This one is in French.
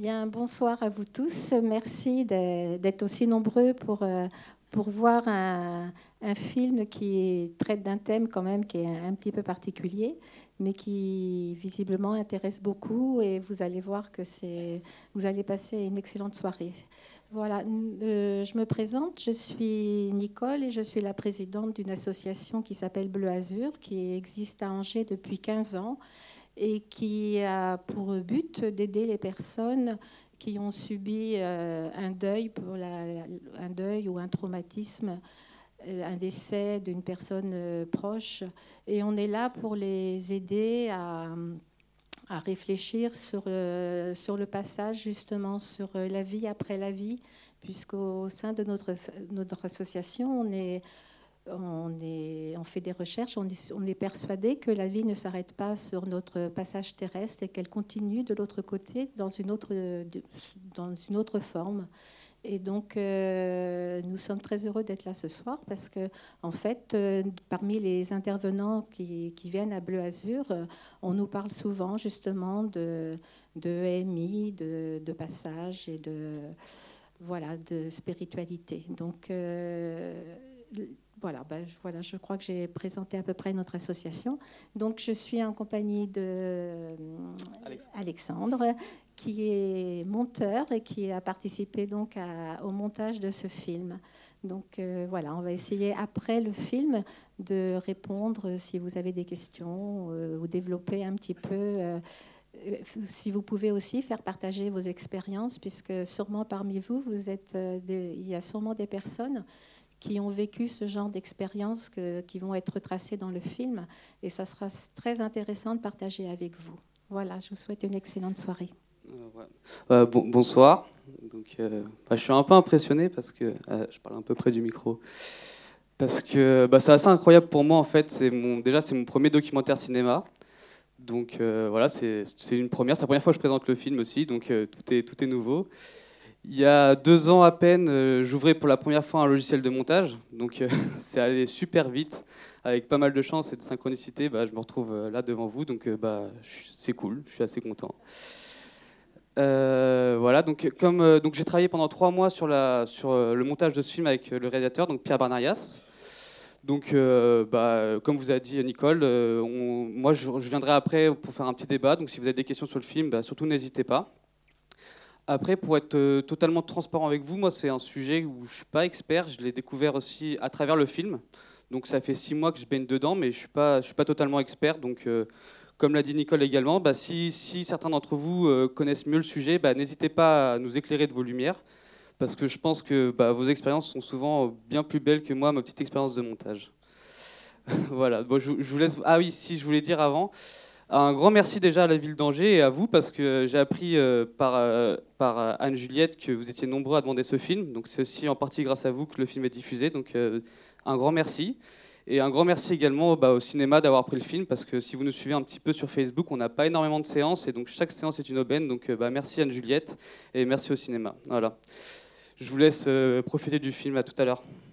Bien, bonsoir à vous tous. Merci d'être aussi nombreux pour voir un film qui traite d'un thème quand même qui est un petit peu particulier, mais qui visiblement intéresse beaucoup et vous allez voir que vous allez passer une excellente soirée. Voilà, je me présente, je suis Nicole et je suis la présidente d'une association qui s'appelle Bleu Azur, qui existe à Angers depuis 15 ans et qui a pour but d'aider les personnes qui ont subi un deuil, un deuil ou un traumatisme, un décès d'une personne proche. Et on est là pour les aider à réfléchir sur le passage, justement, sur la vie après la vie, puisqu'au sein de notre association, on fait des recherches, on est persuadé que la vie ne s'arrête pas sur notre passage terrestre et qu'elle continue de l'autre côté dans une autre forme. Et donc, nous sommes très heureux d'être là ce soir parce que, en fait, parmi les intervenants qui viennent à Bleu Azur, on nous parle souvent justement de EMI, de passage et de spiritualité. Donc, voilà, je crois que j'ai présenté à peu près notre association. Donc, je suis en compagnie d'Alexandre, qui est monteur et qui a participé donc au montage de ce film. Donc, voilà, on va essayer après le film de répondre si vous avez des questions ou développer un petit peu. Si vous pouvez aussi faire partager vos expériences, puisque sûrement parmi vous, il y a sûrement des personnes qui ont vécu ce genre d'expériences qui vont être retracées dans le film. Et ça sera très intéressant de partager avec vous. Voilà, je vous souhaite une excellente soirée. Bonsoir. Donc, je suis un peu impressionné parce que je parle un peu près du micro. Parce que c'est assez incroyable pour moi, en fait. C'est mon premier documentaire cinéma. Donc voilà, c'est une première. C'est la première fois que je présente le film aussi, donc tout est nouveau. Il y a 2 ans à peine, j'ouvrais pour la première fois un logiciel de montage. Donc c'est allé super vite. Avec pas mal de chance et de synchronicité, je me retrouve là devant vous. Donc c'est cool, je suis assez content. Voilà, donc donc j'ai travaillé pendant 3 mois sur le montage de ce film avec le réalisateur, donc Pierre Barnarias. Donc, comme vous a dit Nicole, moi je viendrai après pour faire un petit débat. Donc si vous avez des questions sur le film, surtout n'hésitez pas. Après, pour être totalement transparent avec vous, moi c'est un sujet où je suis pas expert. Je l'ai découvert aussi à travers le film. Donc ça fait 6 mois que je baigne dedans, mais je suis pas totalement expert. Donc comme l'a dit Nicole également, si certains d'entre vous connaissent mieux le sujet, n'hésitez pas à nous éclairer de vos lumières, parce que je pense que vos expériences sont souvent bien plus belles que moi, ma petite expérience de montage. Voilà, bon, je vous laisse. Ah oui, si je voulais dire avant, un grand merci déjà à la ville d'Angers et à vous, parce que j'ai appris par Anne-Juliette que vous étiez nombreux à demander ce film, donc c'est aussi en partie grâce à vous que le film est diffusé, donc un grand merci. Et un grand merci également au cinéma d'avoir pris le film, parce que si vous nous suivez un petit peu sur Facebook, on n'a pas énormément de séances, et donc chaque séance est une aubaine, donc merci Anne-Juliette, et merci au cinéma. Voilà. Je vous laisse profiter du film, à tout à l'heure.